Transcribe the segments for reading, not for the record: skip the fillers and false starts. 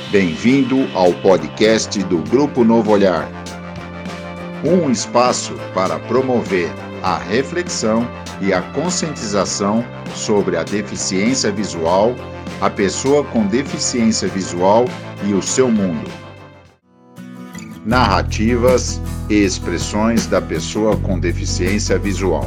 Bem-vindo ao podcast do Grupo Novo Olhar. Um espaço para promover a reflexão e a conscientização sobre a deficiência visual, a pessoa com deficiência visual e o seu mundo. Narrativas e expressões da pessoa com deficiência visual.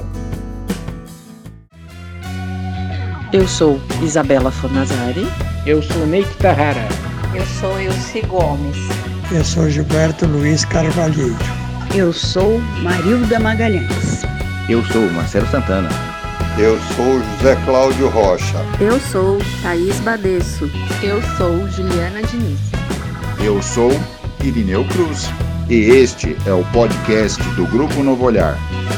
Eu sou Isabela Fornazari. Eu sou Neik Tahara. Eu sou Ilse Gomes. Eu sou Gilberto Luiz Carvalheiro. Eu sou Marilda Magalhães. Eu sou Marcelo Santana. Eu sou José Cláudio Rocha. Eu sou Thaís Badesso. Eu sou Juliana Diniz. Eu sou Irineu Cruz. E este é o podcast do Grupo Novo Olhar.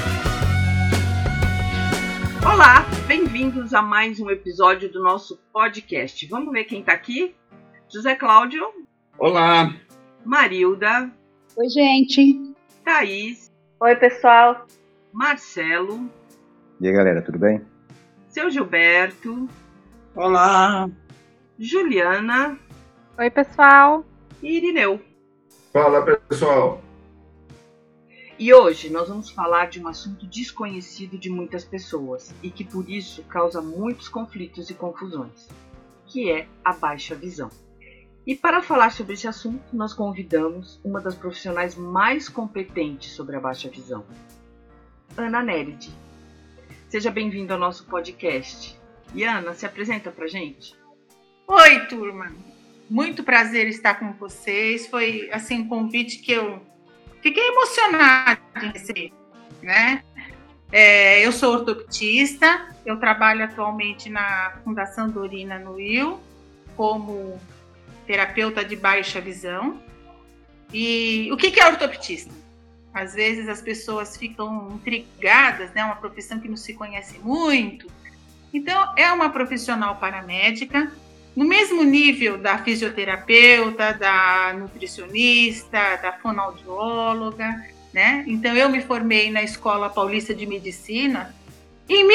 Olá, bem-vindos a mais um episódio do nosso podcast. Vamos ver quem está aqui? José Cláudio. Olá. Marilda. Oi, gente. Thaís. Oi, pessoal. Marcelo. E aí, galera, tudo bem? Seu Gilberto. Olá. Juliana. Oi, pessoal. E Irineu. Fala, pessoal. E hoje nós vamos falar de um assunto desconhecido de muitas pessoas e que por isso causa muitos conflitos e confusões, que é a baixa visão. E para falar sobre esse assunto, nós convidamos uma das profissionais mais competentes sobre a baixa visão, Ana Néride. Seja bem-vinda ao nosso podcast. E Ana, se apresenta pra gente. Oi, turma. Muito prazer estar com vocês. Foi assim um convite que eu fiquei emocionada em receber, né? Eu sou ortoptista, eu trabalho atualmente na Fundação Dorina no Rio como terapeuta de baixa visão. E o que é ortoptista? Às vezes as pessoas ficam intrigadas, né? Uma profissão que não se conhece muito. Então, é uma profissional paramédica, no mesmo nível da fisioterapeuta, da nutricionista, da fonoaudióloga, né? Então, eu me formei na Escola Paulista de Medicina em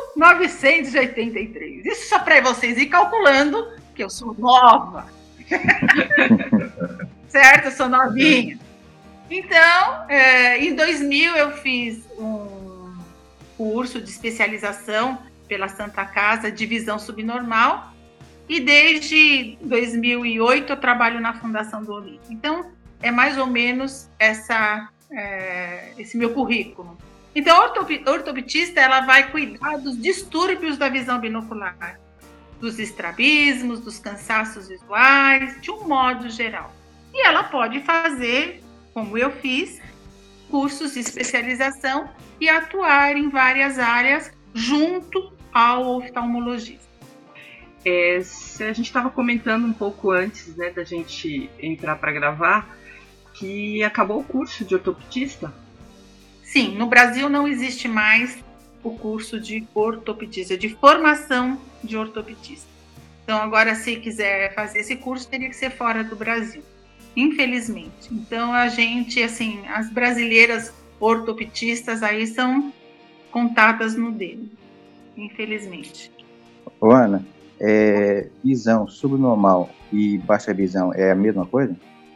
1983. Isso só para vocês ir calculando que eu sou nova. Certo? Eu sou novinha. Então, em 2000, eu fiz um curso de especialização pela Santa Casa de visão subnormal. E desde 2008 eu trabalho na Fundação Dorina. Então, é mais ou menos esse meu currículo. Então, a ortoptista ela vai cuidar dos distúrbios da visão binocular, dos estrabismos, dos cansaços visuais, de um modo geral. E ela pode fazer, como eu fiz, cursos de especialização e atuar em várias áreas junto ao oftalmologista. A gente estava comentando um pouco antes, né, da gente entrar para gravar, que acabou o curso de ortoptista. Sim, no Brasil não existe mais o curso de ortoptista, de formação de ortoptista. Então agora, se quiser fazer esse curso, teria que ser fora do Brasil, infelizmente. Então a gente, assim, as brasileiras ortoptistas aí são contadas no dedo, infelizmente. Ô, Ana, visão subnormal e baixa visão é a mesma coisa?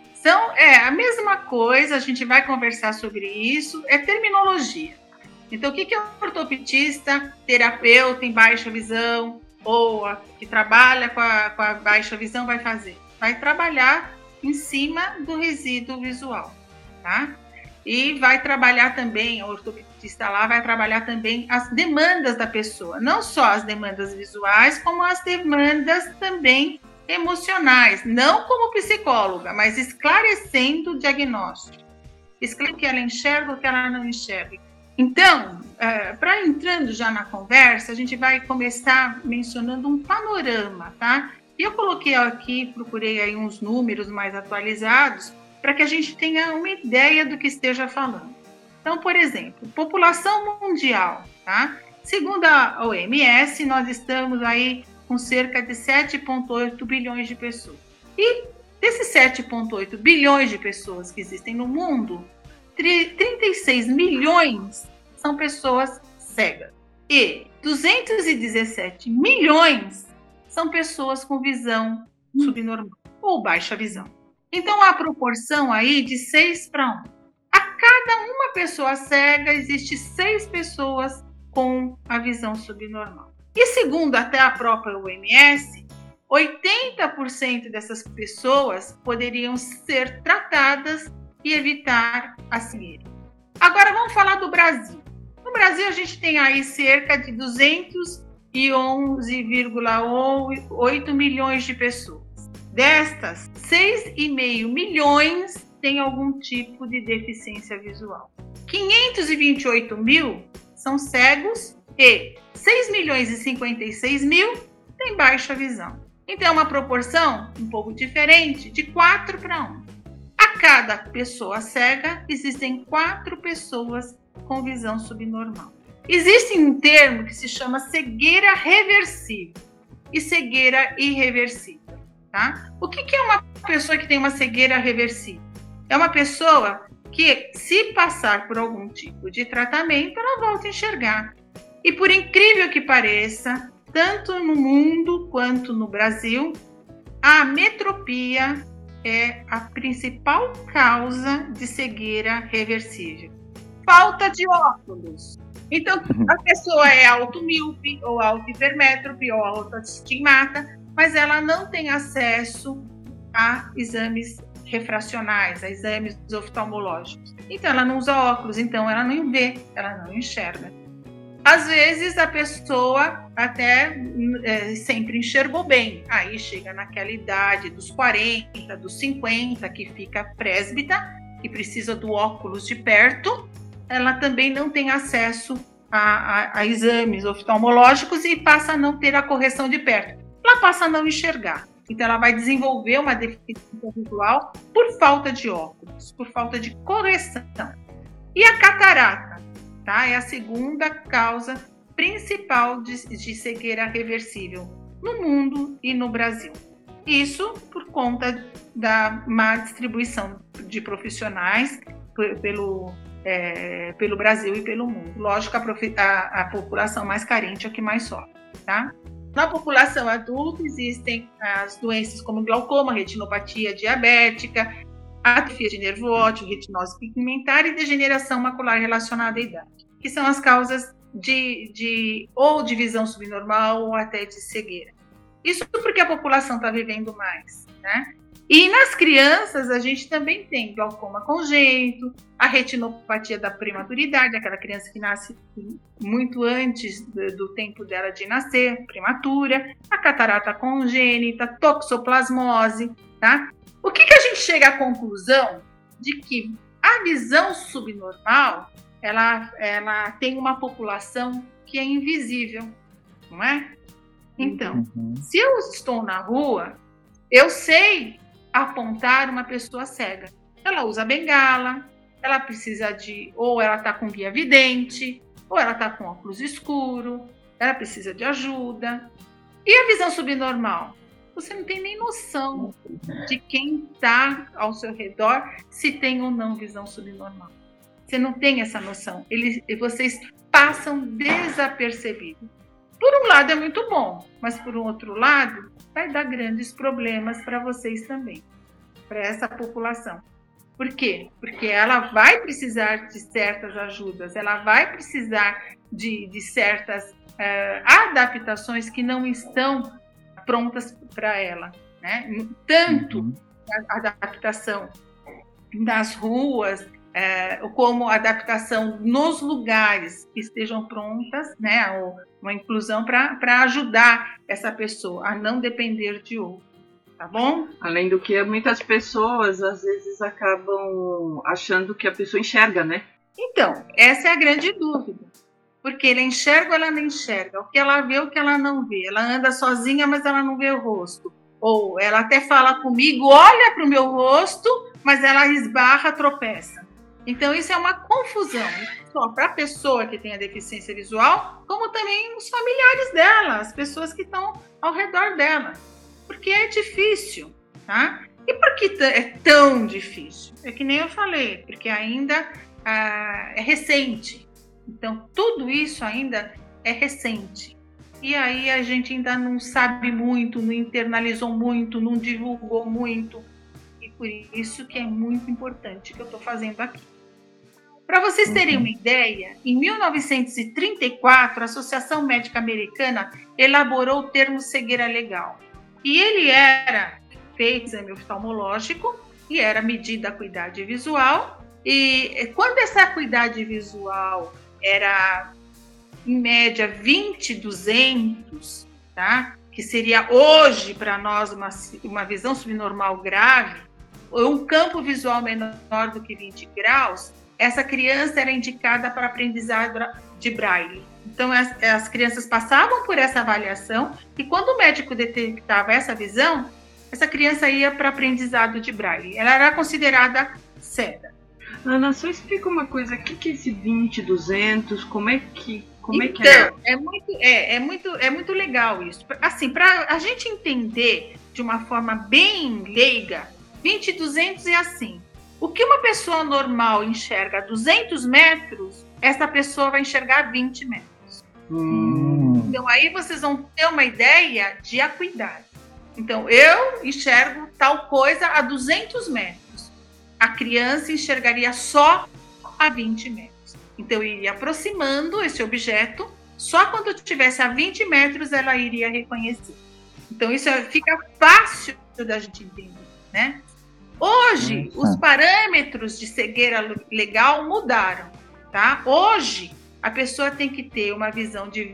A mesma coisa, a gente vai conversar sobre isso, é terminologia. Então, o que é um ortoptista, terapeuta em baixa visão, ou que trabalha com a baixa visão vai fazer? Vai trabalhar em cima do resíduo visual, tá? E vai trabalhar também, o ortoptista lá vai trabalhar também as demandas da pessoa, não só as demandas visuais, como as demandas também emocionais, não como psicóloga, mas esclarecendo o diagnóstico, esclarecendo o que ela enxerga, o que ela não enxerga. Então, para entrando já na conversa, a gente vai começar mencionando um panorama, tá? E eu coloquei aqui, procurei aí uns números mais atualizados, para que a gente tenha uma ideia do que esteja falando. Então, por exemplo, população mundial, tá? Segundo a OMS, nós estamos aí com cerca de 7,8 bilhões de pessoas. E desses 7,8 bilhões de pessoas que existem no mundo, 36 milhões são pessoas cegas. E 217 milhões são pessoas com visão subnormal. ou baixa visão. Então, a proporção aí de 6:1. A cada uma pessoa cega, existe 6 pessoas com a visão subnormal. E segundo até a própria OMS, 80% dessas pessoas poderiam ser tratadas e evitar a cegueira. Agora vamos falar do Brasil. No Brasil a gente tem aí cerca de 211,8 milhões de pessoas. Destas, 6,5 milhões têm algum tipo de deficiência visual. 528 mil são cegos e 6.056.000 têm baixa visão. Então é uma proporção um pouco diferente, de 4:1. A cada pessoa cega, existem 4 pessoas com visão subnormal. Existe um termo que se chama cegueira reversível e cegueira irreversível. Tá? O que é uma pessoa que tem uma cegueira reversível? É uma pessoa que, se passar por algum tipo de tratamento, ela volta a enxergar. E por incrível que pareça, tanto no mundo quanto no Brasil, a ametropia é a principal causa de cegueira reversível. Falta de óculos. Então, a pessoa é automíope, ou autohipermétrope, ou autoastigmata, mas ela não tem acesso a exames refracionais, a exames oftalmológicos. Então, ela não usa óculos, então ela não vê, ela não enxerga. Às vezes, a pessoa até sempre enxergou bem. Aí chega naquela idade dos 40, dos 50, que fica presbítera e precisa do óculos de perto. Ela também não tem acesso a exames oftalmológicos e passa a não ter a correção de perto. Ela passa a não enxergar. Então, ela vai desenvolver uma deficiência visual por falta de óculos, por falta de correção. E a catarata, tá? É a segunda causa principal de cegueira reversível no mundo e no Brasil. Isso por conta da má distribuição de profissionais pelo Brasil e pelo mundo. Lógico, a população mais carente é a que mais sofre, tá? Na população adulta existem as doenças como glaucoma, retinopatia diabética, atrofia de nervo óptico, retinose pigmentar e degeneração macular relacionada à idade, que são as causas de visão subnormal ou até de cegueira. Isso porque a população está vivendo mais, né? E nas crianças a gente também tem glaucoma congênito, a retinopatia da prematuridade, aquela criança que nasce muito antes do tempo dela de nascer, prematura, a catarata congênita, toxoplasmose, tá? O que a gente chega à conclusão de que a visão subnormal, ela tem uma população que é invisível, não é? Então, se eu estou na rua, eu sei apontar uma pessoa cega. Ela usa bengala, ela precisa ou ela está com via vidente, ou ela está com óculos escuro, ela precisa de ajuda. E a visão subnormal? Você não tem nem noção de quem está ao seu redor, se tem ou não visão subnormal. Você não tem essa noção. Vocês passam desapercebidos. Por um lado é muito bom, mas por um outro lado vai dar grandes problemas para vocês também, para essa população. Por quê? Porque ela vai precisar de certas ajudas, ela vai precisar de certas adaptações que não estão prontas para ela, né? Tanto a adaptação nas ruas, como a adaptação nos lugares que estejam prontas, né? Uma inclusão para ajudar essa pessoa a não depender de outro, tá bom? Além do que, muitas pessoas às vezes acabam achando que a pessoa enxerga, né? Então, essa é a grande dúvida. Porque ela enxerga ou ela não enxerga? O que ela vê, o que ela não vê? Ela anda sozinha, mas ela não vê o rosto. Ou ela até fala comigo, olha para o meu rosto, mas ela esbarra, tropeça. Então, isso é uma confusão, só para a pessoa que tem a deficiência visual, como também os familiares dela, as pessoas que estão ao redor dela. Porque é difícil, tá? E por que é tão difícil? É que nem eu falei, porque ainda é recente. Então, tudo isso ainda é recente. e aí a gente ainda não sabe muito, não internalizou muito, não divulgou muito, e por isso que é muito importante que eu estou fazendo aqui. Para vocês terem uma ideia, em 1934, a Associação Médica Americana elaborou o termo cegueira legal. E ele era feito exame oftalmológico e era medida a acuidade visual. E quando essa acuidade visual era, em média, 20/200, tá? Que seria hoje, para nós, uma visão subnormal grave, ou um campo visual menor do que 20 graus, essa criança era indicada para aprendizado de Braille. Então, as crianças passavam por essa avaliação e quando o médico detectava essa visão, essa criança ia para aprendizado de Braille. Ela era considerada cega. Ana, só explica uma coisa. O que é esse 20/200? Como é que é? É muito legal isso. Assim, para a gente entender de uma forma bem leiga, 20/200 é assim. O que uma pessoa normal enxerga a 200 metros, essa pessoa vai enxergar 20 metros. Então, aí vocês vão ter uma ideia de acuidade. Então, eu enxergo tal coisa a 200 metros. A criança enxergaria só a 20 metros. Então, eu iria aproximando esse objeto, só quando eu estivesse a 20 metros ela iria reconhecer. Então, isso fica fácil da gente entender, né? Hoje, os parâmetros de cegueira legal mudaram, tá? Hoje, a pessoa tem que ter uma visão de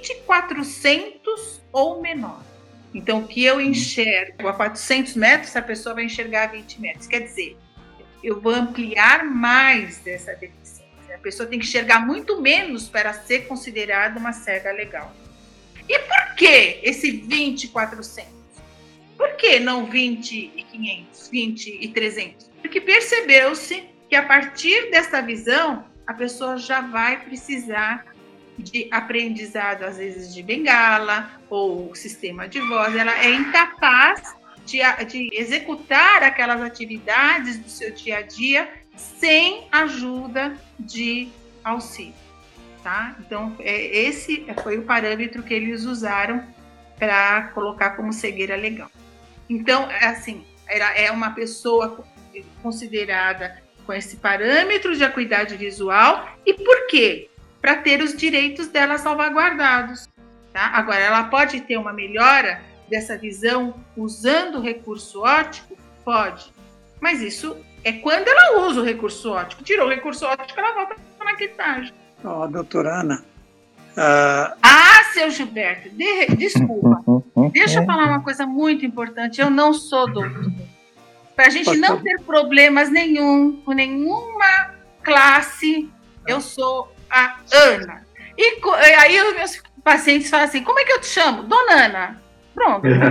20/400 ou menor. Então, o que eu enxergo a 400 metros, a pessoa vai enxergar a 20 metros. Quer dizer, eu vou ampliar mais dessa deficiência. A pessoa tem que enxergar muito menos para ser considerada uma cega legal. E por que esse 20/400? Por que não 20/500, 20/300? Porque percebeu-se que a partir dessa visão, a pessoa já vai precisar de aprendizado, às vezes de bengala ou sistema de voz. Ela é incapaz de executar aquelas atividades do seu dia a dia sem ajuda de auxílio, tá? Então, esse foi o parâmetro que eles usaram para colocar como cegueira legal. Então, assim, é uma pessoa considerada com esse parâmetro de acuidade visual. E por quê? Para ter os direitos dela salvaguardados, tá? Agora, ela pode ter uma melhora dessa visão usando o recurso óptico? Pode. Mas isso é quando ela usa o recurso óptico. Tirou o recurso óptico, ela volta para a maquetagem. Doutora Ana. Seu Gilberto, desculpa. Deixa eu falar uma coisa muito importante. Eu não sou doutor. Para a gente não ter problemas com nenhuma classe, eu sou a Ana. E aí os meus pacientes falam assim, como é que eu te chamo? Dona Ana. Pronto. Eu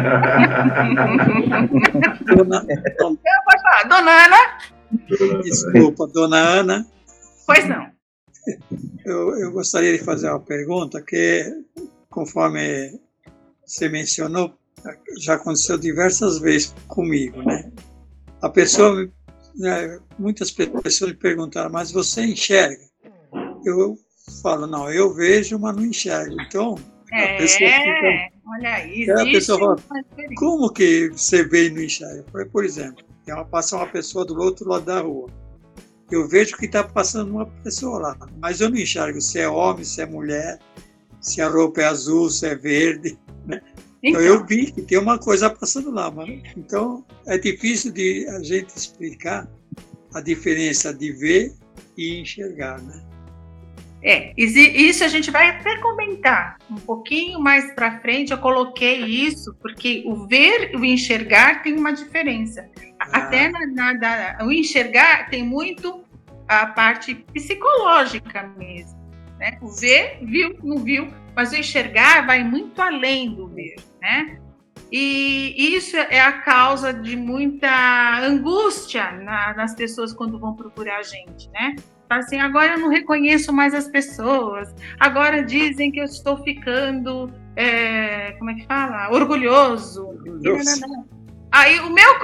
posso falar, Dona Ana. Desculpa, Dona Ana. Pois não. Eu gostaria de fazer uma pergunta que, conforme você mencionou, já aconteceu diversas vezes comigo, né? A pessoa, muitas pessoas me perguntaram, mas você enxerga? Eu falo, não, eu vejo, mas não enxergo. Então, a pessoa fica... Olha aí, a pessoa fala, como que você vê e não enxerga? Por exemplo, passa uma pessoa do outro lado da rua. Eu vejo que está passando uma pessoa lá, mas eu não enxergo se é homem, se é mulher, se a roupa é azul, se é verde, né? Então eu vi que tem uma coisa passando lá, mas então é difícil de a gente explicar a diferença de ver e enxergar, né? Isso a gente vai até comentar um pouquinho mais para frente. Eu coloquei isso porque o ver e o enxergar tem uma diferença. Até o enxergar tem muito a parte psicológica mesmo, né? O ver, viu, não viu, mas o enxergar vai muito além do ver, né? E isso é a causa de muita angústia nas pessoas quando vão procurar a gente, né? Assim, agora eu não reconheço mais as pessoas, agora dizem que eu estou ficando, como é que fala? Orgulhoso. Aí o meu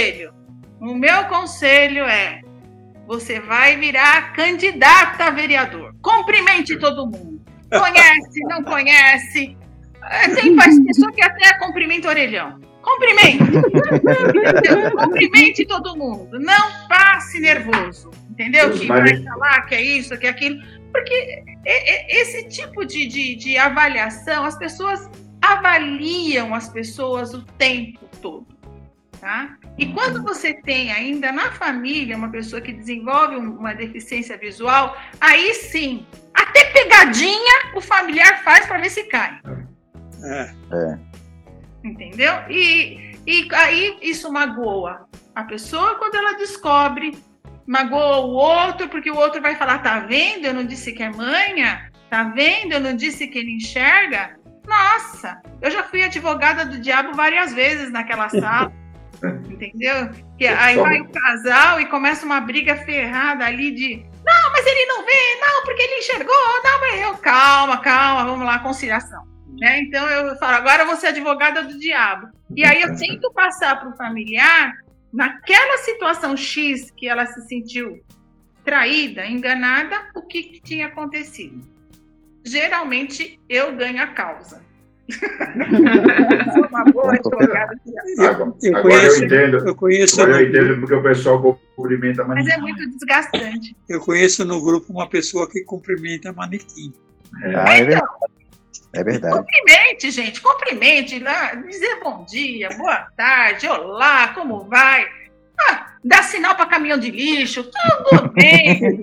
conselho é, você vai virar candidata a vereador. Cumprimente todo mundo. Conhece, não conhece, Tem pessoa que até cumprimenta o orelhão. Cumprimente todo mundo. Não passe nervoso. Entendeu? Que vai falar que é isso, que é aquilo. Porque esse tipo de avaliação, as pessoas avaliam as pessoas o tempo todo. Tá? E quando você tem ainda na família uma pessoa que desenvolve uma deficiência visual, aí sim, até pegadinha o familiar faz para ver se cai. Entendeu? E aí isso magoa a pessoa quando ela descobre, magoa o outro, porque o outro vai falar, tá vendo? Eu não disse que é manha? Tá vendo? Eu não disse que ele enxerga? Nossa, eu já fui advogada do diabo várias vezes naquela sala. Entendeu? Que aí vai o casal e começa uma briga ferrada ali de não, mas ele não vê, não, porque ele enxergou, não, mas eu, calma, vamos lá, conciliação. Né? Então eu falo, agora eu vou ser advogada do diabo. E aí eu tento passar para o familiar, naquela situação X que ela se sentiu traída, enganada, o que tinha acontecido. Geralmente eu ganho a causa. Sou uma boa advogada. Eu conheço porque o pessoal cumprimenta a manequim. Mas é muito desgastante. Eu conheço no grupo uma pessoa que cumprimenta a manequim. É verdade. Cumprimente, gente, cumprimente, lá, dizer bom dia, boa tarde, olá, como vai? Dá sinal para caminhão de lixo, tudo bem.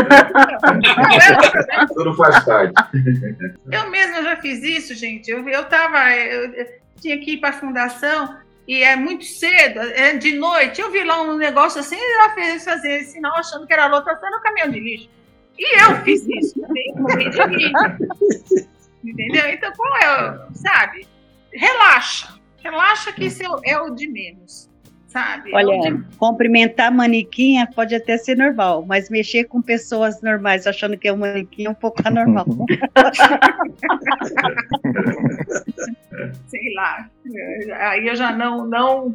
Tudo faz parte. Eu mesma já fiz isso, gente. Eu tinha que ir para a fundação e é muito cedo, é de noite. Eu vi lá um negócio assim e ela fez fazer sinal achando que era lotação no caminhão de lixo. E eu fiz isso também, morri de rir. Entendeu? Então, qual é, sabe? Relaxa que isso é o de menos. Sabe? Olha, cumprimentar manequim pode até ser normal, mas mexer com pessoas normais achando que é um manequim é um pouco anormal. Sei lá. Aí eu já não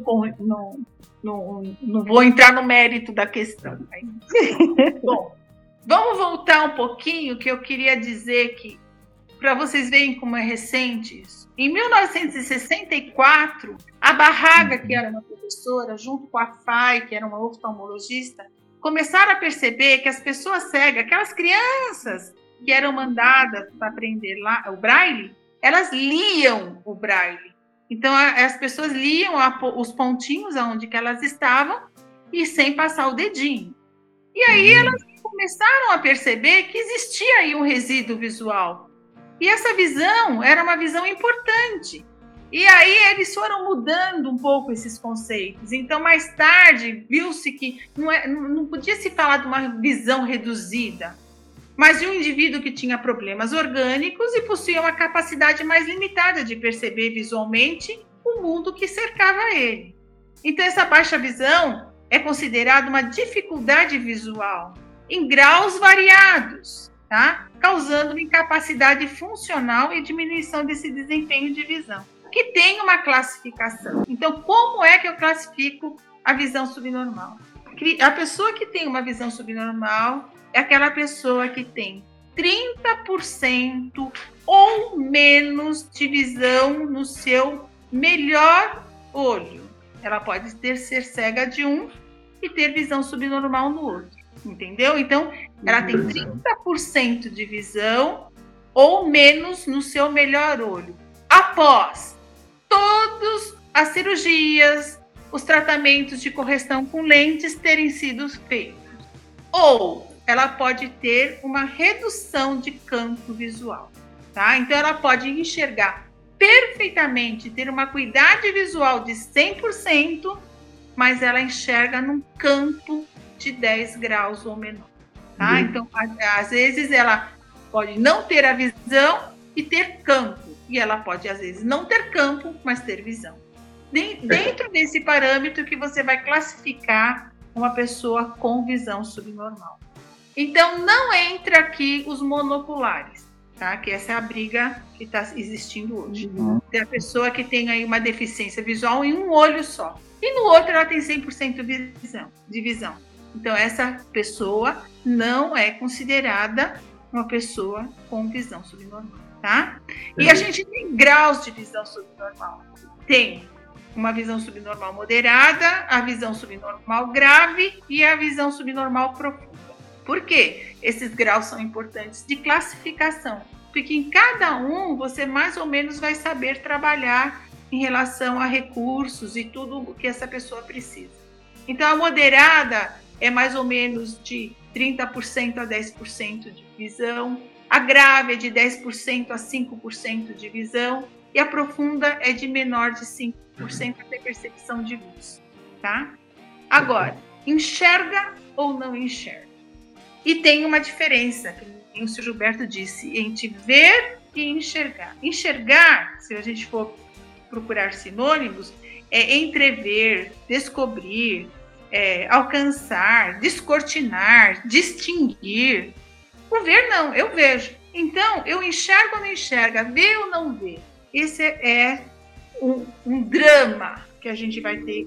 vou entrar no mérito da questão. Bom, vamos voltar um pouquinho, que eu queria dizer que, para vocês verem como é recente isso. Em 1964, a Barraga, que era uma professora, junto com a Fay, que era uma oftalmologista, começaram a perceber que as pessoas cegas, aquelas crianças que eram mandadas para aprender lá o braille, elas liam o braille. Então, as pessoas liam os pontinhos aonde que elas estavam e sem passar o dedinho. E aí elas começaram a perceber que existia aí um resíduo visual. E essa visão era uma visão importante. E aí eles foram mudando um pouco esses conceitos. Então, mais tarde, viu-se que não podia se falar de uma visão reduzida, mas de um indivíduo que tinha problemas orgânicos e possuía uma capacidade mais limitada de perceber visualmente o mundo que cercava ele. Então, essa baixa visão é considerada uma dificuldade visual em graus variados, tá? Causando uma incapacidade funcional e diminuição desse desempenho de visão, que tem uma classificação. Então, como é que eu classifico a visão subnormal? A pessoa que tem uma visão subnormal é aquela pessoa que tem 30% ou menos de visão no seu melhor olho. Ela pode ser cega de um e ter visão subnormal no outro. Entendeu? Então, ela tem 30% de visão ou menos no seu melhor olho. Após todas as cirurgias, os tratamentos de correção com lentes terem sido feitos. Ou ela pode ter uma redução de campo visual. Tá? Então, ela pode enxergar perfeitamente, ter uma acuidade visual de 100%, mas ela enxerga num campo de 10 graus ou menor. Tá? Então, às vezes, ela pode não ter a visão e ter campo. E ela pode, às vezes, não ter campo, mas ter visão. Dentro desse parâmetro que você vai classificar uma pessoa com visão subnormal. Então, não entra aqui os monoculares, tá? Que essa é a briga que está existindo hoje. Tem a pessoa que tem aí uma deficiência visual em um olho só. E no outro ela tem 100% de visão. Então, essa pessoa não é considerada uma pessoa com visão subnormal. tá? E a gente tem graus de visão subnormal. Tem uma visão subnormal moderada, a visão subnormal grave e a visão subnormal profunda. Por quê? Esses graus são importantes de classificação, porque em cada um você mais ou menos vai saber trabalhar em relação a recursos e tudo o que essa pessoa precisa. Então, a moderada é mais ou menos de 30% a 10% de visão, a grave é de 10% a 5% de visão e a profunda é de menor de 5% até percepção de luz, tá? Agora, enxerga ou não enxerga? E tem uma diferença, que o Sr. Gilberto disse, entre ver e enxergar. Enxergar, se a gente for procurar sinônimos, é entrever, descobrir, alcançar, descortinar, distinguir. O ver não, eu vejo. Então, eu enxergo ou não enxerga, ver ou não ver. Esse é um drama que a gente vai ter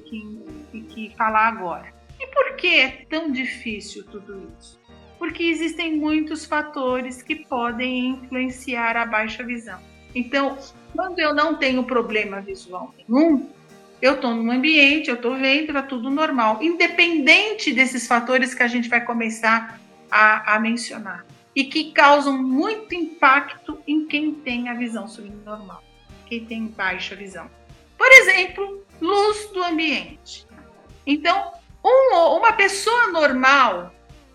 que falar agora. E por que é tão difícil tudo isso? Porque existem muitos fatores que podem influenciar a baixa visão. Então, quando eu não tenho problema visual nenhum, eu estou num ambiente, eu estou vendo, está tudo normal, independente desses fatores que a gente vai começar a mencionar e que causam muito impacto em quem tem a visão subnormal, quem tem baixa visão. Por exemplo, luz do ambiente. Então, uma pessoa normal,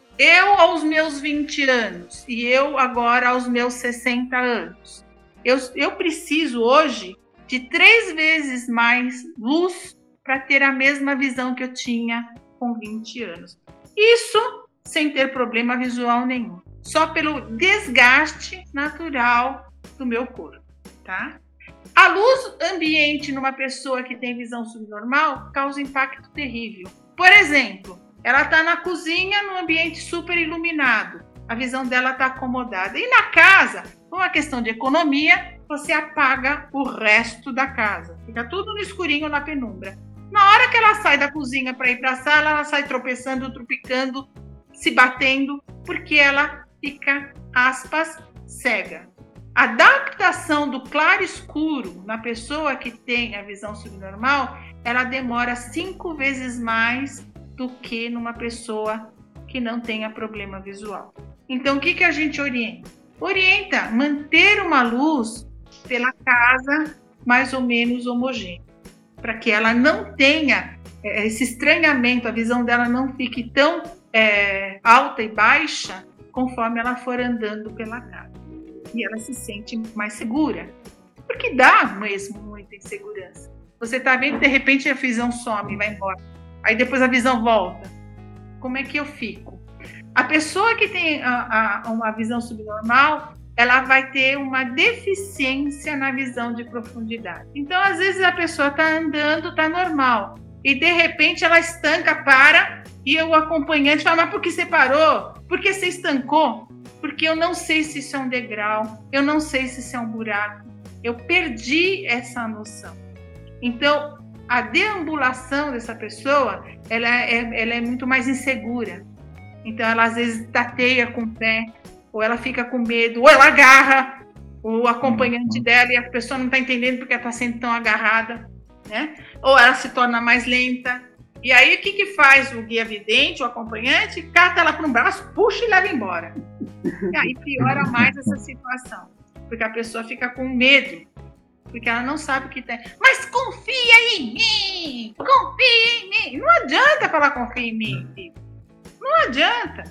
eu aos meus 20 anos e eu agora aos meus 60 anos, eu preciso hoje de 3 vezes mais luz para ter a mesma visão que eu tinha com 20 anos. Isso sem ter problema visual nenhum, só pelo desgaste natural do meu corpo, tá? A luz ambiente numa pessoa que tem visão subnormal causa impacto terrível. Por exemplo, ela está na cozinha num ambiente super iluminado, a visão dela está acomodada. E na casa, por uma questão de economia, você apaga o resto da casa. Fica tudo no escurinho, na penumbra. Na hora que ela sai da cozinha para ir para a sala, ela sai tropeçando, tropicando, se batendo, porque ela fica, aspas, cega. A adaptação do claro escuro na pessoa que tem a visão subnormal, ela demora 5 vezes mais do que numa pessoa que não tenha problema visual. Então, o que a gente orienta? Orienta manter uma luz pela casa mais ou menos homogênea, para que ela não tenha esse estranhamento, a visão dela não fique tão alta e baixa conforme ela for andando pela casa. E ela se sente mais segura, porque dá mesmo muita insegurança. Você está vendo que de repente a visão some e vai embora, aí depois a visão volta. Como é que eu fico? A pessoa que tem uma visão subnormal, ela vai ter uma deficiência na visão de profundidade. Então, às vezes a pessoa está andando, está normal, e de repente ela estanca, para, e o acompanhante fala, mas por que você parou? Por que você estancou? Porque eu não sei se isso é um degrau, eu não sei se isso é um buraco, eu perdi essa noção. Então, a deambulação dessa pessoa, ela é muito mais insegura. Então, ela às vezes tateia com o pé, ou ela fica com medo, ou ela agarra o acompanhante dela e a pessoa não está entendendo porque ela está sendo tão agarrada, né? Ou ela se torna mais lenta. E aí, o que faz o guia vidente, o acompanhante? Cata ela para um braço, puxa e leva embora. E aí piora mais essa situação, porque a pessoa fica com medo, porque ela não sabe o que tem. Mas confia em mim! Confia em mim! Não adianta falar confia em mim, filho. Não adianta,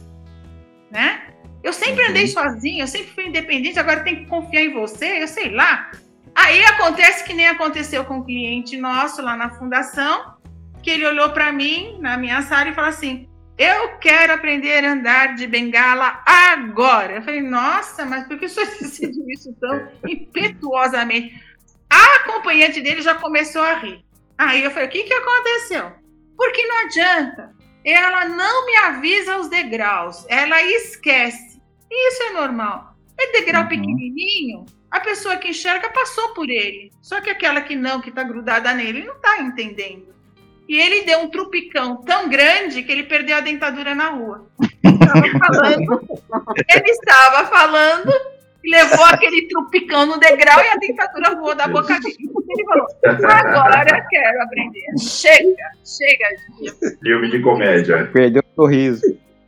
né? Eu sempre andei sozinha, eu sempre fui independente, agora tem que confiar em você, eu sei lá. Aí acontece que nem aconteceu com um cliente nosso lá na fundação, que ele olhou para mim, na minha sala, e falou assim, eu quero aprender a andar de bengala agora. Eu falei, nossa, mas por que o senhor decidiu isso tão impetuosamente? A acompanhante dele já começou a rir. Aí eu falei, o que aconteceu? Porque não adianta. Ela não me avisa os degraus, ela esquece. E isso é normal. É degrau pequenininho, a pessoa que enxerga passou por ele. Só que aquela que não, que está grudada nele, não está entendendo. E ele deu um trupicão tão grande que ele perdeu a dentadura na rua. Ele estava falando e levou aquele trupicão no degrau e a dentadura voou da boca dele. Ele falou, agora quero aprender. Chega, Filme de comédia. Perdeu o sorriso.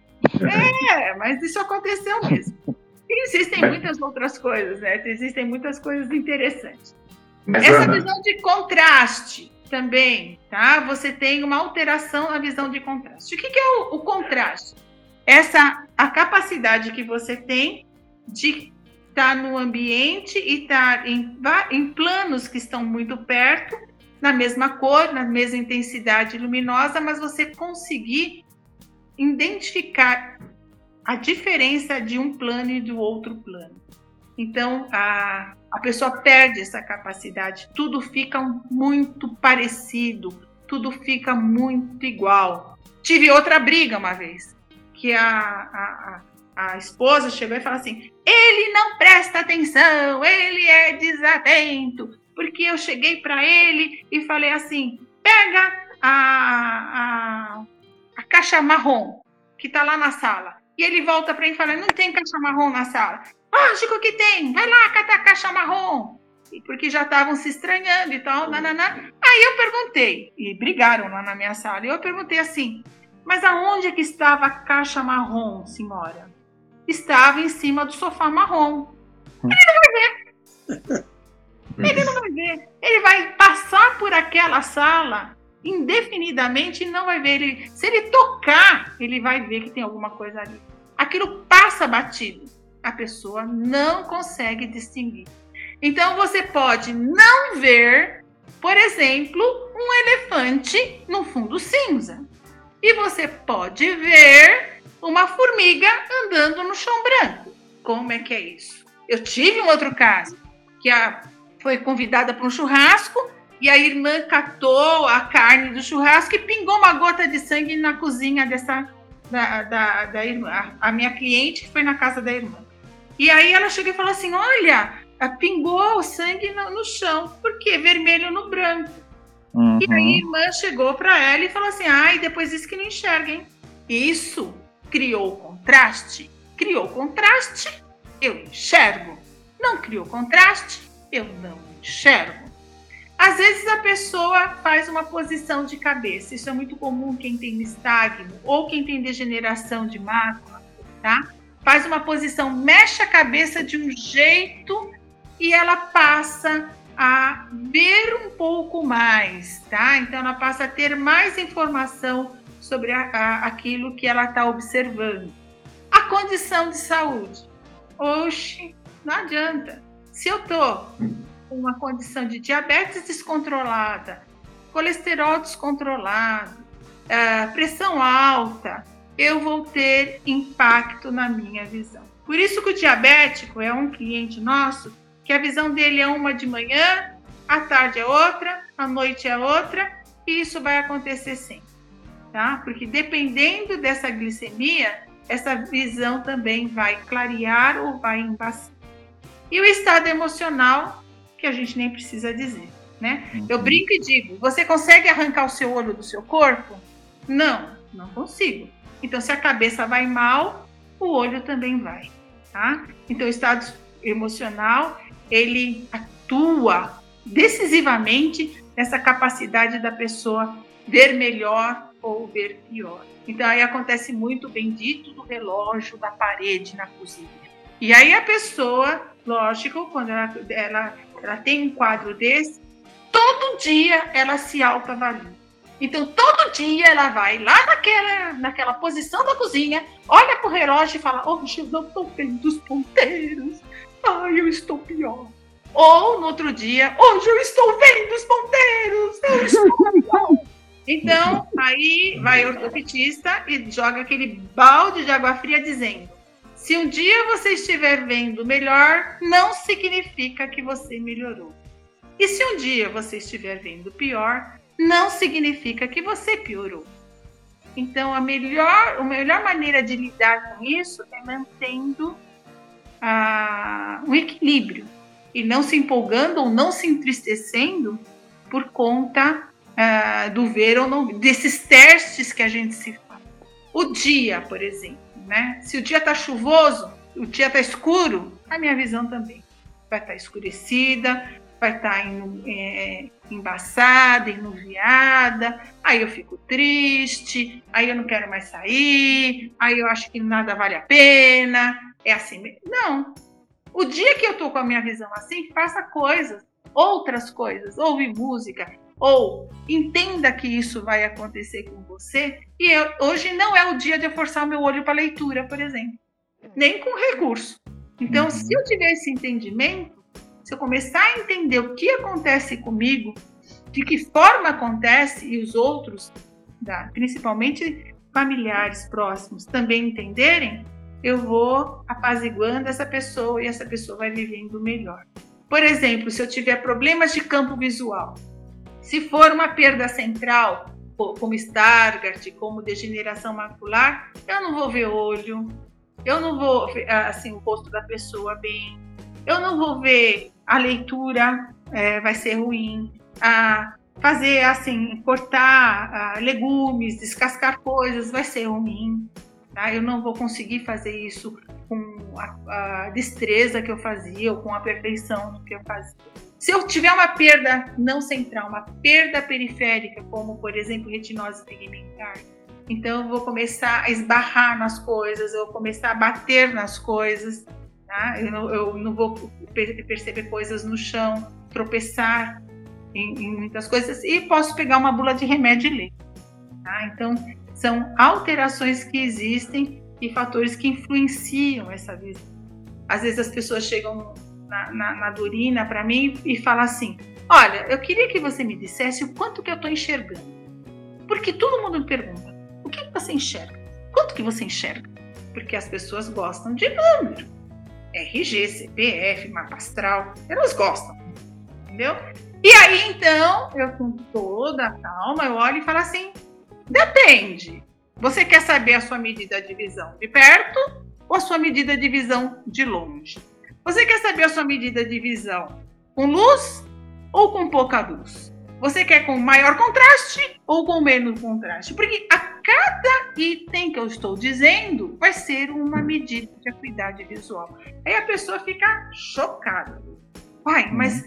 Mas isso aconteceu mesmo. E existem muitas outras coisas, né? Existem muitas coisas interessantes. Essa visão de contraste também, tá? Você tem uma alteração na visão de contraste. O que é o contraste? A capacidade que você tem de estar no ambiente e estar em planos que estão muito perto, na mesma cor, na mesma intensidade luminosa, mas você conseguir identificar a diferença de um plano e do outro plano. Então, a pessoa perde essa capacidade, tudo fica muito parecido, tudo fica muito igual. Tive outra briga uma vez, que a esposa chegou e falou assim, ele não presta atenção, ele é desatento, porque eu cheguei para ele e falei assim, pega a caixa marrom, que está lá na sala. E ele volta para mim e fala, não tem caixa marrom na sala. Lógico que tem, vai lá catar a caixa marrom. Porque já estavam se estranhando e tal, nananá. Aí eu perguntei, e brigaram lá na minha sala, e eu perguntei assim, mas aonde é que estava a caixa marrom, senhora? Estava em cima do sofá marrom. Ele não vai ver. Ele não vai ver. Ele vai passar por aquela sala indefinidamente e não vai ver. Se ele tocar, ele vai ver que tem alguma coisa ali. Aquilo passa batido. A pessoa não consegue distinguir. Então, você pode não ver, por exemplo, um elefante no fundo cinza. E você pode ver uma formiga andando no chão branco. Como é que é isso? Eu tive um outro caso, que foi convidada para um churrasco e a irmã catou a carne do churrasco e pingou uma gota de sangue na cozinha da irmã. A minha cliente foi na casa da irmã. E aí ela chegou e falou assim, olha, pingou o sangue no chão. Por quê? Vermelho no branco. Uhum. E aí a irmã chegou para ela e falou assim, e depois disse que não enxerga, hein? Isso criou contraste. Criou contraste, eu enxergo. Não criou contraste, eu não enxergo. Às vezes a pessoa faz uma posição de cabeça. Isso é muito comum quem tem nistagmo ou quem tem degeneração de mácula, tá? Faz uma posição, mexe a cabeça de um jeito e ela passa a ver um pouco mais, tá? Então ela passa a ter mais informação sobre aquilo que ela está observando. A condição de saúde. Oxe, não adianta. Se eu estou com uma condição de diabetes descontrolada, colesterol descontrolado, pressão alta, eu vou ter impacto na minha visão. Por isso que o diabético é um cliente nosso, que a visão dele é uma de manhã, à tarde é outra, à noite é outra, e isso vai acontecer sempre, tá? Porque dependendo dessa glicemia, essa visão também vai clarear ou vai embaçar. E o estado emocional, que a gente nem precisa dizer, né? Eu brinco e digo, você consegue arrancar o seu olho do seu corpo? Não consigo. Então, se a cabeça vai mal, o olho também vai, tá? Então, o estado emocional, ele atua decisivamente nessa capacidade da pessoa ver melhor ou ver pior. Então, aí acontece muito o bendito do relógio da parede na cozinha. E aí a pessoa, lógico, quando ela tem um quadro desse, todo dia ela se autoavalia. Então, todo dia ela vai lá naquela posição da cozinha, olha pro relógio e fala, hoje eu não estou vendo os ponteiros, eu estou pior. Ou, no outro dia, hoje eu estou vendo os ponteiros, eu estou pior. Então, aí vai o ortopedista e joga aquele balde de água fria dizendo, se um dia você estiver vendo melhor, não significa que você melhorou. E se um dia você estiver vendo pior, não significa que você piorou. Então, a melhor maneira de lidar com isso é mantendo um equilíbrio e não se empolgando ou não se entristecendo por conta do ver ou não, desses testes que a gente se faz. O dia, por exemplo, né? Se o dia está chuvoso, o dia está escuro, a minha visão também vai estar escurecida, vai estar embaçada, enuviada, aí eu fico triste, aí eu não quero mais sair, aí eu acho que nada vale a pena, é assim mesmo. Não. O dia que eu estou com a minha visão assim, faça coisas, outras coisas, ouve música, ou entenda que isso vai acontecer com você, e hoje não é o dia de eu forçar o meu olho para leitura, por exemplo, nem com recurso. Então, se eu tiver esse entendimento, se eu começar a entender o que acontece comigo, de que forma acontece, e os outros, principalmente familiares próximos, também entenderem, eu vou apaziguando essa pessoa e essa pessoa vai vivendo melhor. Por exemplo, se eu tiver problemas de campo visual, se for uma perda central, como Stargardt, como degeneração macular, eu não vou ver olho, eu não vou ver assim, o rosto da pessoa bem, eu não vou ver a leitura, vai ser ruim, fazer assim, cortar legumes, descascar coisas, vai ser ruim. Tá? Eu não vou conseguir fazer isso com a destreza que eu fazia ou com a perfeição que eu fazia. Se eu tiver uma perda não central, uma perda periférica, como, por exemplo, retinose pigmentar, então eu vou começar a esbarrar nas coisas, eu vou começar a bater nas coisas, tá? Eu não vou perceber coisas no chão, tropeçar em muitas coisas, e posso pegar uma bula de remédio e ler. Tá? Então, são alterações que existem e fatores que influenciam essa visão. Às vezes as pessoas chegam na Dorina para mim e falam assim: olha, eu queria que você me dissesse o quanto que eu estou enxergando. Porque todo mundo me pergunta: o que você enxerga? Quanto que você enxerga? Porque as pessoas gostam de número. RG, CPF, mapa astral, elas gostam. Entendeu? E aí, então, eu com toda a calma, eu olho e falo assim: depende. Você quer saber a sua medida de visão de perto ou a sua medida de visão de longe? Você quer saber a sua medida de visão com luz ou com pouca luz? Você quer com maior contraste ou com menos contraste? Porque a cada item que eu estou dizendo vai ser uma medida de acuidade visual. Aí a pessoa fica chocada. Pai, mas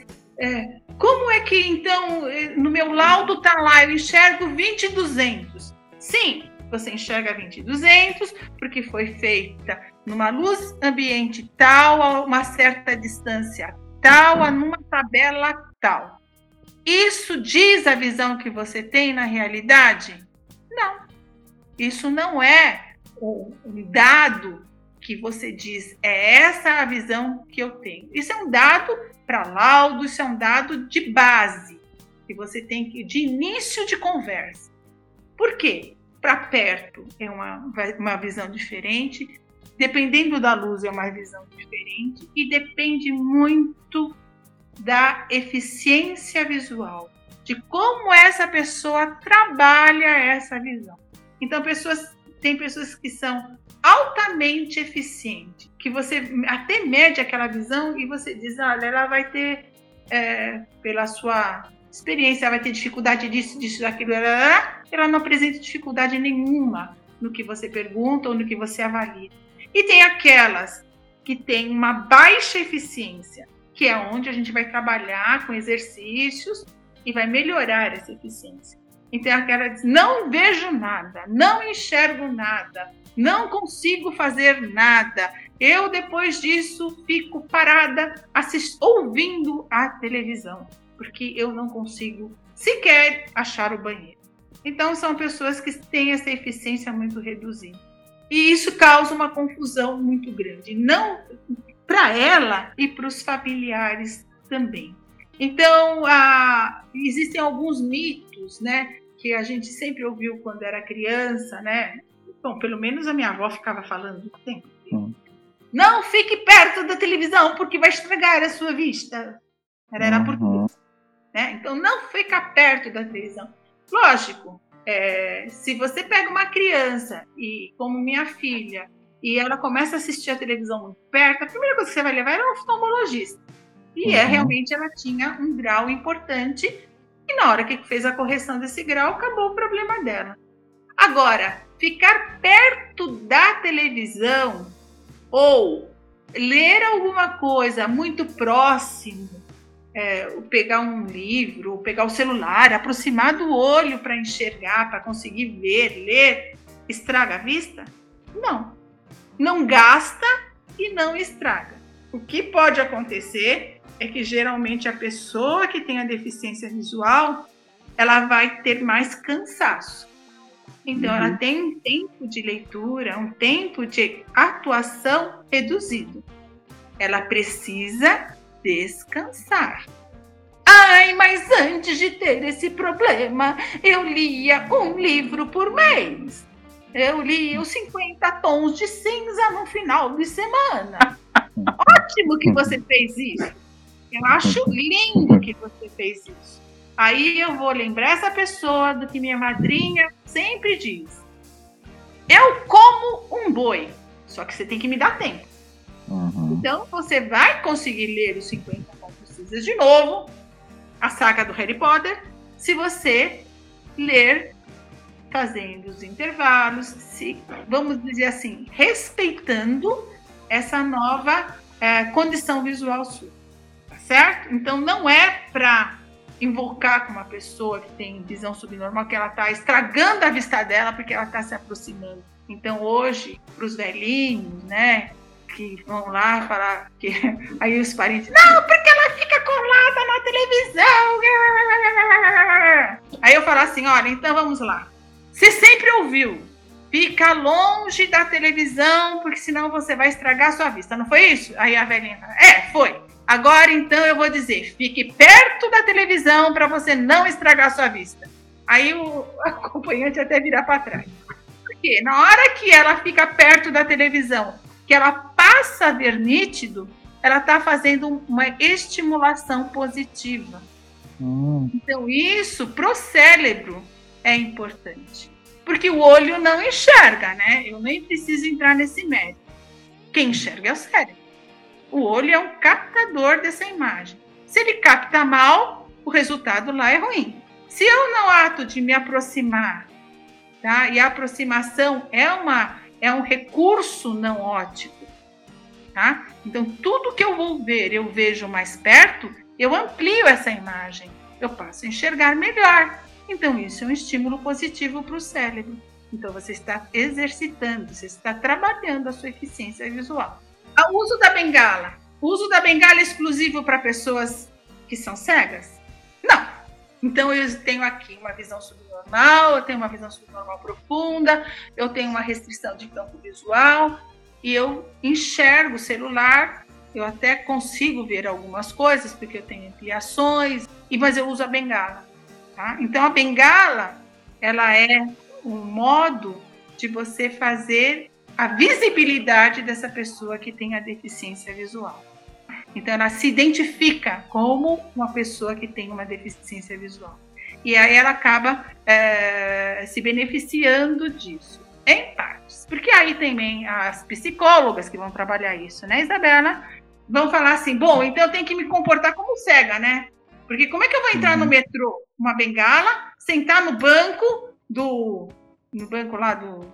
como é que então no meu laudo está lá, eu enxergo 20/200? Sim, você enxerga 20/200 porque foi feita numa luz ambiente tal, a uma certa distância tal, numa tabela tal. Isso diz a visão que você tem na realidade? Não. Isso não é um dado que você diz, é essa a visão que eu tenho. Isso é um dado para laudo, isso é um dado de base, que você tem de início de conversa. Por quê? Para perto é uma visão diferente, dependendo da luz é uma visão diferente e depende muito da eficiência visual, de como essa pessoa trabalha essa visão. Então, tem pessoas que são altamente eficientes, que você até mede aquela visão e você diz, olha, ela vai ter, pela sua experiência, ela vai ter dificuldade disso, daquilo, ela não apresenta dificuldade nenhuma no que você pergunta ou no que você avalia. E tem aquelas que têm uma baixa eficiência, que é onde a gente vai trabalhar com exercícios e vai melhorar essa eficiência. Então, aquela diz, não vejo nada, não enxergo nada, não consigo fazer nada. Eu, depois disso, fico parada ouvindo a televisão, porque eu não consigo sequer achar o banheiro. Então, são pessoas que têm essa eficiência muito reduzida. E isso causa uma confusão muito grande, não para ela e para os familiares também. Então, existem alguns mitos, né, que a gente sempre ouviu quando era criança, né? Bom, pelo menos a minha avó ficava falando o tempo. Não fique perto da televisão porque vai estragar a sua vista. Era por isso, né? Então, não fica perto da televisão. Lógico, se você pega uma criança, e como minha filha, e ela começa a assistir a televisão muito perto, a primeira coisa que você vai levar é um oftalmologista. E realmente ela tinha um grau importante, e na hora que fez a correção desse grau, acabou o problema dela. Agora, ficar perto da televisão ou ler alguma coisa muito próximo, pegar um livro, pegar o celular, aproximar do olho para enxergar, para conseguir ver, ler, estraga a vista? Não. Não gasta e não estraga. O que pode acontecer é que geralmente a pessoa que tem a deficiência visual, ela vai ter mais cansaço. Então, ela tem um tempo de leitura, um tempo de atuação reduzido. Ela precisa descansar. Ai, mas antes de ter esse problema, eu lia um livro por mês. Eu li os 50 tons de cinza no final de semana. Ótimo que você fez isso. Eu acho lindo que você fez isso. Aí eu vou lembrar essa pessoa do que minha madrinha sempre diz. Eu como um boi, só que você tem que me dar tempo. Então você vai conseguir ler os 50 tons de cinza de novo, a saga do Harry Potter, se você ler fazendo os intervalos, vamos dizer assim, respeitando essa nova condição visual sua, tá certo? Então não é para invocar com uma pessoa que tem visão subnormal que ela está estragando a vista dela porque ela está se aproximando. Então hoje, para os velhinhos, né, que vão lá falar que aí os parentes, não, porque ela fica colada na televisão. Aí eu falo assim, olha, então vamos lá. Você sempre ouviu, fica longe da televisão, porque senão você vai estragar a sua vista, não foi isso? Aí a velhinha fala, foi. Agora então eu vou dizer, fique perto da televisão para você não estragar a sua vista. Aí o acompanhante até virar para trás. Porque na hora que ela fica perto da televisão, que ela passa a ver nítido, ela está fazendo uma estimulação positiva. Então isso para o cérebro é importante, porque o olho não enxerga, né? Eu nem preciso entrar nesse mérito. Quem enxerga é o cérebro. O olho é um captador dessa imagem. Se ele capta mal, o resultado lá é ruim. Se eu não ato de me aproximar, tá? E a aproximação é um recurso não óptico, tá? Então tudo que eu vou ver, eu vejo mais perto, eu amplio essa imagem, eu passo a enxergar melhor. Então, isso é um estímulo positivo para o cérebro. Então, você está exercitando, você está trabalhando a sua eficiência visual. O uso da bengala. O uso da bengala é exclusivo para pessoas que são cegas? Não. Então, eu tenho aqui uma visão subnormal, eu tenho uma visão subnormal profunda, eu tenho uma restrição de campo visual e eu enxergo o celular, eu até consigo ver algumas coisas, porque eu tenho ampliações, mas eu uso a bengala. Tá? Então, a bengala, ela é um modo de você fazer a visibilidade dessa pessoa que tem a deficiência visual. Então, ela se identifica como uma pessoa que tem uma deficiência visual. E aí ela acaba se beneficiando disso, em partes. Porque aí também as psicólogas que vão trabalhar isso, né, Isabela? Vão falar assim, bom, então eu tenho que me comportar como cega, né? Porque como é que eu vou entrar no metrô? Uma bengala, sentar no banco lá do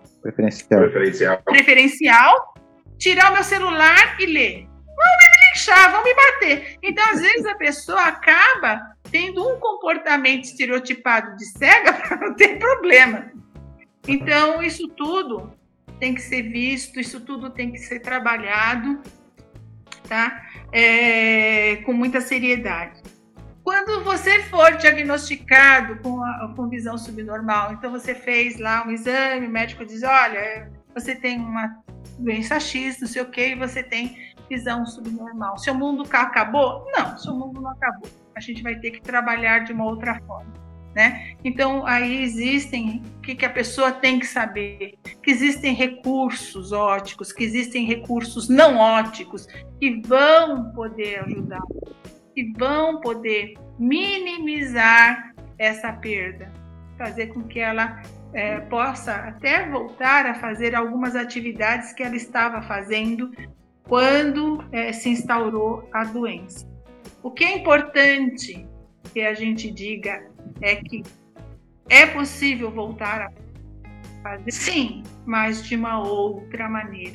preferencial, tirar o meu celular e ler. Vão me linchar, vão me bater. Então, às vezes, a pessoa acaba tendo um comportamento estereotipado de cega para não ter problema. Então, isso tudo tem que ser visto, isso tudo tem que ser trabalhado, tá? Com muita seriedade. Quando você for diagnosticado com visão subnormal, então você fez lá um exame, o médico diz, olha, você tem uma doença X, não sei o que, e você tem visão subnormal. Seu mundo acabou? Não, seu mundo não acabou. A gente vai ter que trabalhar de uma outra forma, né? Então, aí existem, o que a pessoa tem que saber? Que existem recursos ópticos, que existem recursos não ópticos, que vão poder ajudar, que vão poder minimizar essa perda, fazer com que ela possa até voltar a fazer algumas atividades que ela estava fazendo quando se instaurou a doença. O que é importante que a gente diga é que é possível voltar a fazer, sim, mas de uma outra maneira.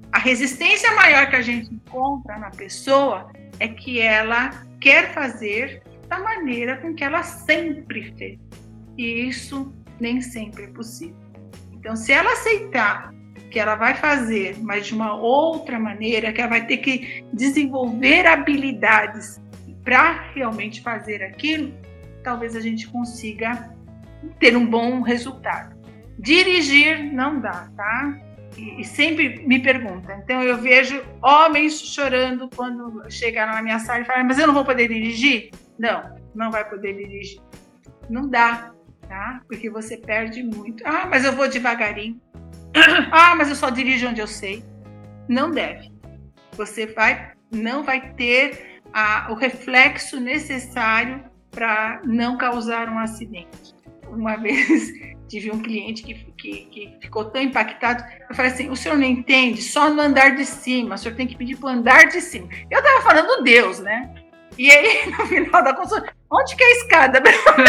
A resistência maior que a gente encontra na pessoa é que ela quer fazer da maneira com que ela sempre fez. E isso nem sempre é possível. Então, se ela aceitar que ela vai fazer, mas de uma outra maneira, que ela vai ter que desenvolver habilidades para realmente fazer aquilo, talvez a gente consiga ter um bom resultado. Dirigir não dá, tá? E sempre me perguntam. Então, eu vejo homens chorando quando chegaram na minha sala e falam, mas eu não vou poder dirigir? Não vai poder dirigir. Não dá, tá? Porque você perde muito. Ah, mas eu vou devagarinho. Ah, mas eu só dirijo onde eu sei. Não deve. Você não vai ter o reflexo necessário para não causar um acidente. Uma vez tive um cliente que ficou tão impactado, eu falei assim, o senhor não entende? Só no andar de cima, o senhor tem que pedir para o andar de cima. Eu estava falando Deus, né? E aí, no final da consulta, onde que é a escada?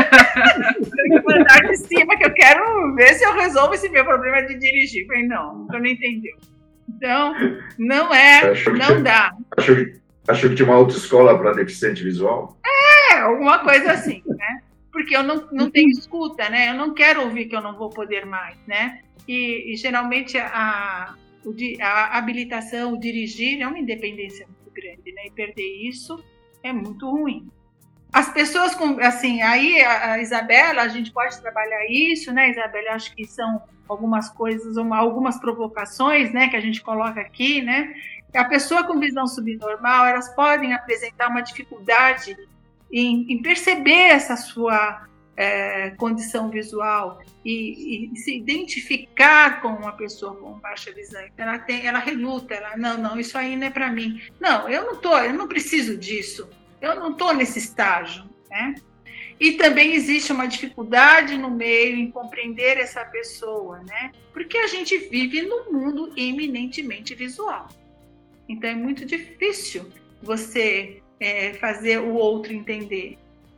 Tem que andar de cima, que eu quero ver se eu resolvo esse meu problema de dirigir. Eu falei, não entendeu. Então, não dá. Achou que tinha uma autoescola para deficiente visual? Alguma coisa assim, né? Porque eu não tenho escuta, né? Eu não quero ouvir que eu não vou poder mais, né? E geralmente a habilitação, o dirigir é uma independência muito grande, né? E perder isso é muito ruim. As pessoas assim, aí a Isabela, a gente pode trabalhar isso, né, Isabela? Acho que são algumas coisas, algumas provocações, né, que a gente coloca aqui, né? A pessoa com visão subnormal, elas podem apresentar uma dificuldade em perceber essa sua condição visual e se identificar com uma pessoa com baixa visão. Ela reluta, não, isso aí não é para mim. Não, eu não preciso disso. Eu não estou nesse estágio, né? E também existe uma dificuldade no meio em compreender essa pessoa, né? Porque a gente vive num mundo eminentemente visual. Então é muito difícil você fazer o outro entender.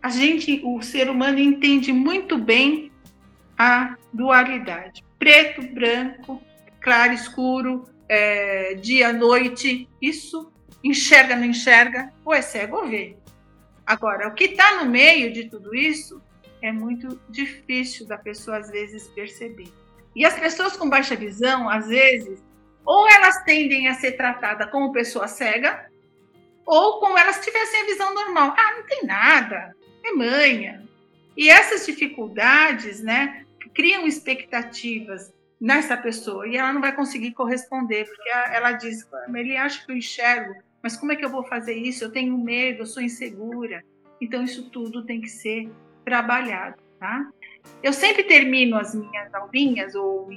O ser humano entende muito bem a dualidade. Preto, branco, claro, escuro, dia, noite, isso enxerga, não enxerga, ou é cego ou vê. Agora, o que está no meio de tudo isso é muito difícil da pessoa, às vezes, perceber. E as pessoas com baixa visão, às vezes, ou elas tendem a ser tratadas como pessoa cega, ou como elas tivessem a visão normal. Ah, não tem nada, é manha. E essas dificuldades, né, criam expectativas nessa pessoa e ela não vai conseguir corresponder, porque ela diz, ele acha que eu enxergo, mas como é que eu vou fazer isso? Eu tenho medo, eu sou insegura. Então, isso tudo tem que ser trabalhado, tá? Eu sempre termino as minhas aulinhas,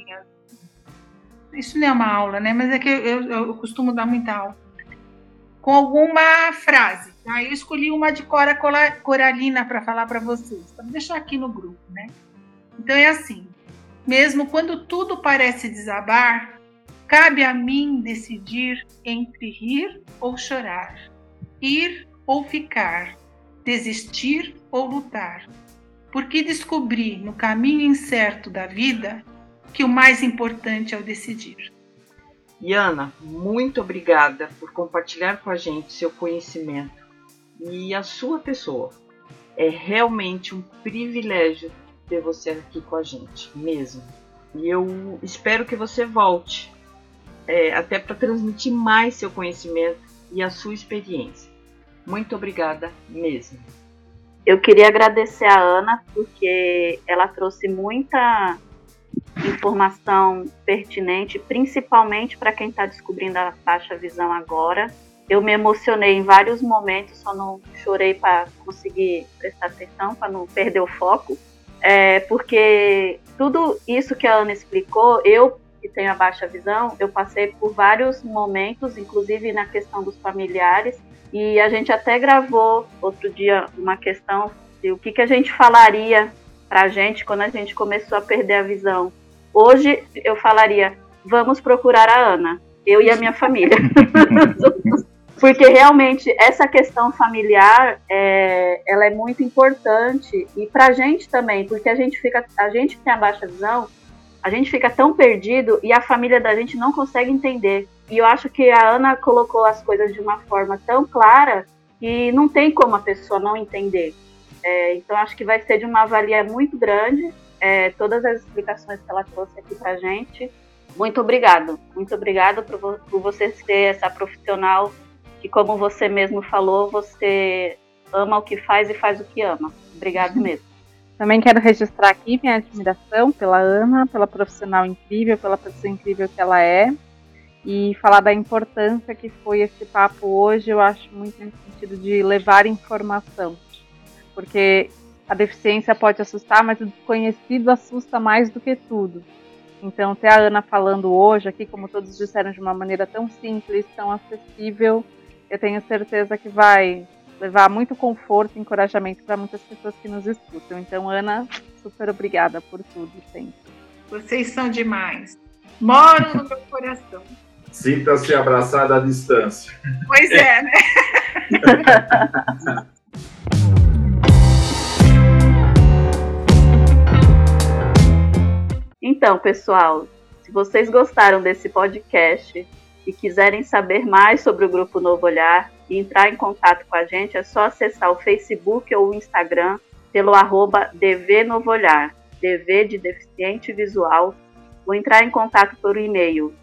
isso não é uma aula, né? Mas é que eu costumo dar muita aula, com alguma frase. Tá? Eu escolhi uma de Cora Coralina para falar para vocês. Vou deixar aqui no grupo, né? Então, é assim. Mesmo quando tudo parece desabar, cabe a mim decidir entre rir ou chorar, ir ou ficar, desistir ou lutar, porque descobri no caminho incerto da vida que o mais importante é o decidir. Iana, muito obrigada por compartilhar com a gente seu conhecimento e a sua pessoa. É realmente um privilégio ter você aqui com a gente, mesmo. E eu espero que você volte, até para transmitir mais seu conhecimento e a sua experiência. Muito obrigada mesmo. Eu queria agradecer a Ana, porque ela trouxe muita informação pertinente, principalmente para quem está descobrindo a baixa visão agora. Eu me emocionei em vários momentos, só não chorei para conseguir prestar atenção, para não perder o foco. Porque tudo isso que a Ana explicou, eu que tenho a baixa visão, eu passei por vários momentos, inclusive na questão dos familiares, e a gente até gravou outro dia uma questão de o que a gente falaria para a gente quando a gente começou a perder a visão. Hoje eu falaria, vamos procurar a Ana, eu e a minha família. Porque realmente essa questão familiar, ela é muito importante, e para a gente também, porque a gente que tem a baixa visão, a gente fica tão perdido e a família da gente não consegue entender. E eu acho que a Ana colocou as coisas de uma forma tão clara que não tem como a pessoa não entender. Então, acho que vai ser de uma valia muito grande, todas as explicações que ela trouxe aqui pra gente. Muito obrigado por você ser essa profissional que, como você mesmo falou, você ama o que faz e faz o que ama. Obrigado mesmo. Também quero registrar aqui minha admiração pela Ana, pela profissional incrível, pela pessoa incrível que ela é, e falar da importância que foi esse papo hoje. Eu acho muito no sentido de levar informação, porque a deficiência pode assustar, mas o desconhecido assusta mais do que tudo. Então, ter a Ana falando hoje aqui, como todos disseram, de uma maneira tão simples, tão acessível, eu tenho certeza que vai levar muito conforto e encorajamento para muitas pessoas que nos escutam. Então, Ana, super obrigada por tudo sempre. Vocês são demais. Moram no meu coração. Sinta-se abraçada à distância. Pois é, né? Então, pessoal, se vocês gostaram desse podcast e quiserem saber mais sobre o Grupo Novo Olhar e entrar em contato com a gente, é só acessar o Facebook ou o Instagram pelo @DVNovoolhar, DV de deficiente visual, ou entrar em contato por e-mail,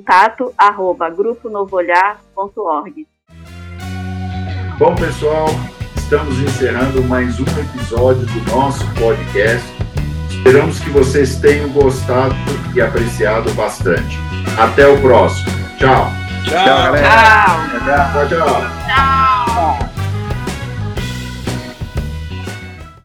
contato@gruponovoolhar.org. Bom, pessoal, estamos encerrando mais um episódio do nosso podcast. Esperamos que vocês tenham gostado e apreciado bastante. Até o próximo. Tchau. Tchau, galera. Tchau. Tchau.